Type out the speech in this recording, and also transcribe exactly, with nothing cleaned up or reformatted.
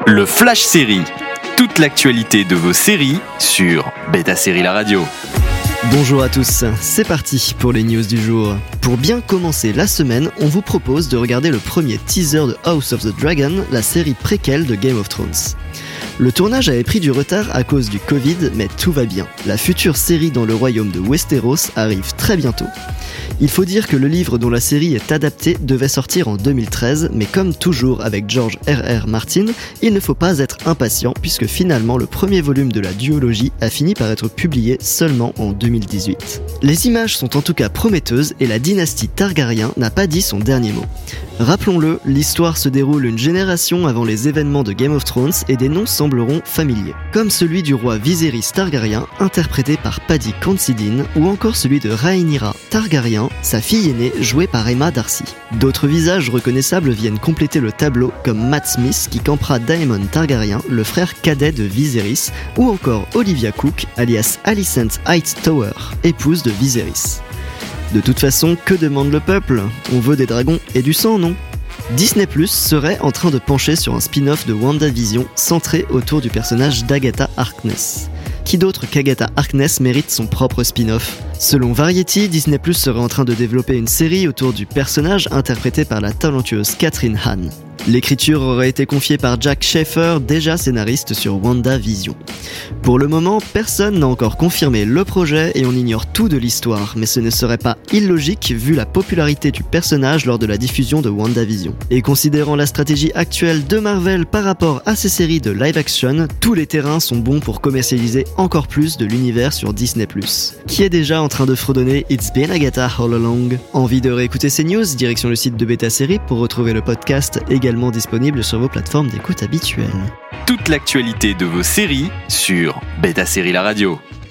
Le Flash Série. Toute l'actualité de vos séries sur Beta Série La Radio. Bonjour à tous, c'est parti pour les news du jour. Pour bien commencer la semaine, on vous propose de regarder le premier teaser de House of the Dragon, la série préquelle de Game of Thrones. Le tournage avait pris du retard à cause du Covid, mais tout va bien. La future série dans le royaume de Westeros arrive très bientôt. Il faut dire que le livre dont la série est adaptée devait sortir en deux mille treize, mais comme toujours avec George R R. Martin, il ne faut pas être impatient puisque finalement le premier volume de la duologie a fini par être publié seulement en deux mille dix-huit. Les images sont en tout cas prometteuses et la dynastie Targaryen n'a pas dit son dernier mot. Rappelons-le, l'histoire se déroule une génération avant les événements de Game of Thrones et des noms sembleront familiers, comme celui du roi Viserys Targaryen interprété par Paddy Considine ou encore celui de Rhaenyra Targaryen, sa fille aînée jouée par Emma Darcy. D'autres visages reconnaissables viennent compléter le tableau comme Matt Smith qui campera Daemon Targaryen, le frère cadet de Viserys, ou encore Olivia Cook alias Alicent Hightower, épouse de Viserys. De toute façon, que demande le peuple ? On veut des dragons et du sang, non ? Disney plus serait en train de pencher sur un spin-off de WandaVision centré autour du personnage d'Agatha Harkness. Qui d'autre qu'Agatha Harkness mérite son propre spin-off ? Selon Variety, Disney plus serait en train de développer une série autour du personnage interprété par la talentueuse Catherine Hahn. L'écriture aurait été confiée par Jack Schaeffer, déjà scénariste sur WandaVision. Pour le moment, personne n'a encore confirmé le projet et on ignore tout de l'histoire, mais ce ne serait pas illogique vu la popularité du personnage lors de la diffusion de WandaVision. Et considérant la stratégie actuelle de Marvel par rapport à ses séries de live-action, tous les terrains sont bons pour commercialiser encore plus de l'univers sur Disney plus, qui est déjà en train de fredonner It's been Agatha all along. Envie de réécouter ces news ? Direction le site de Beta Série pour retrouver le podcast également disponible sur vos plateformes d'écoute habituelles. Toute l'actualité de vos séries sur Beta Série La Radio.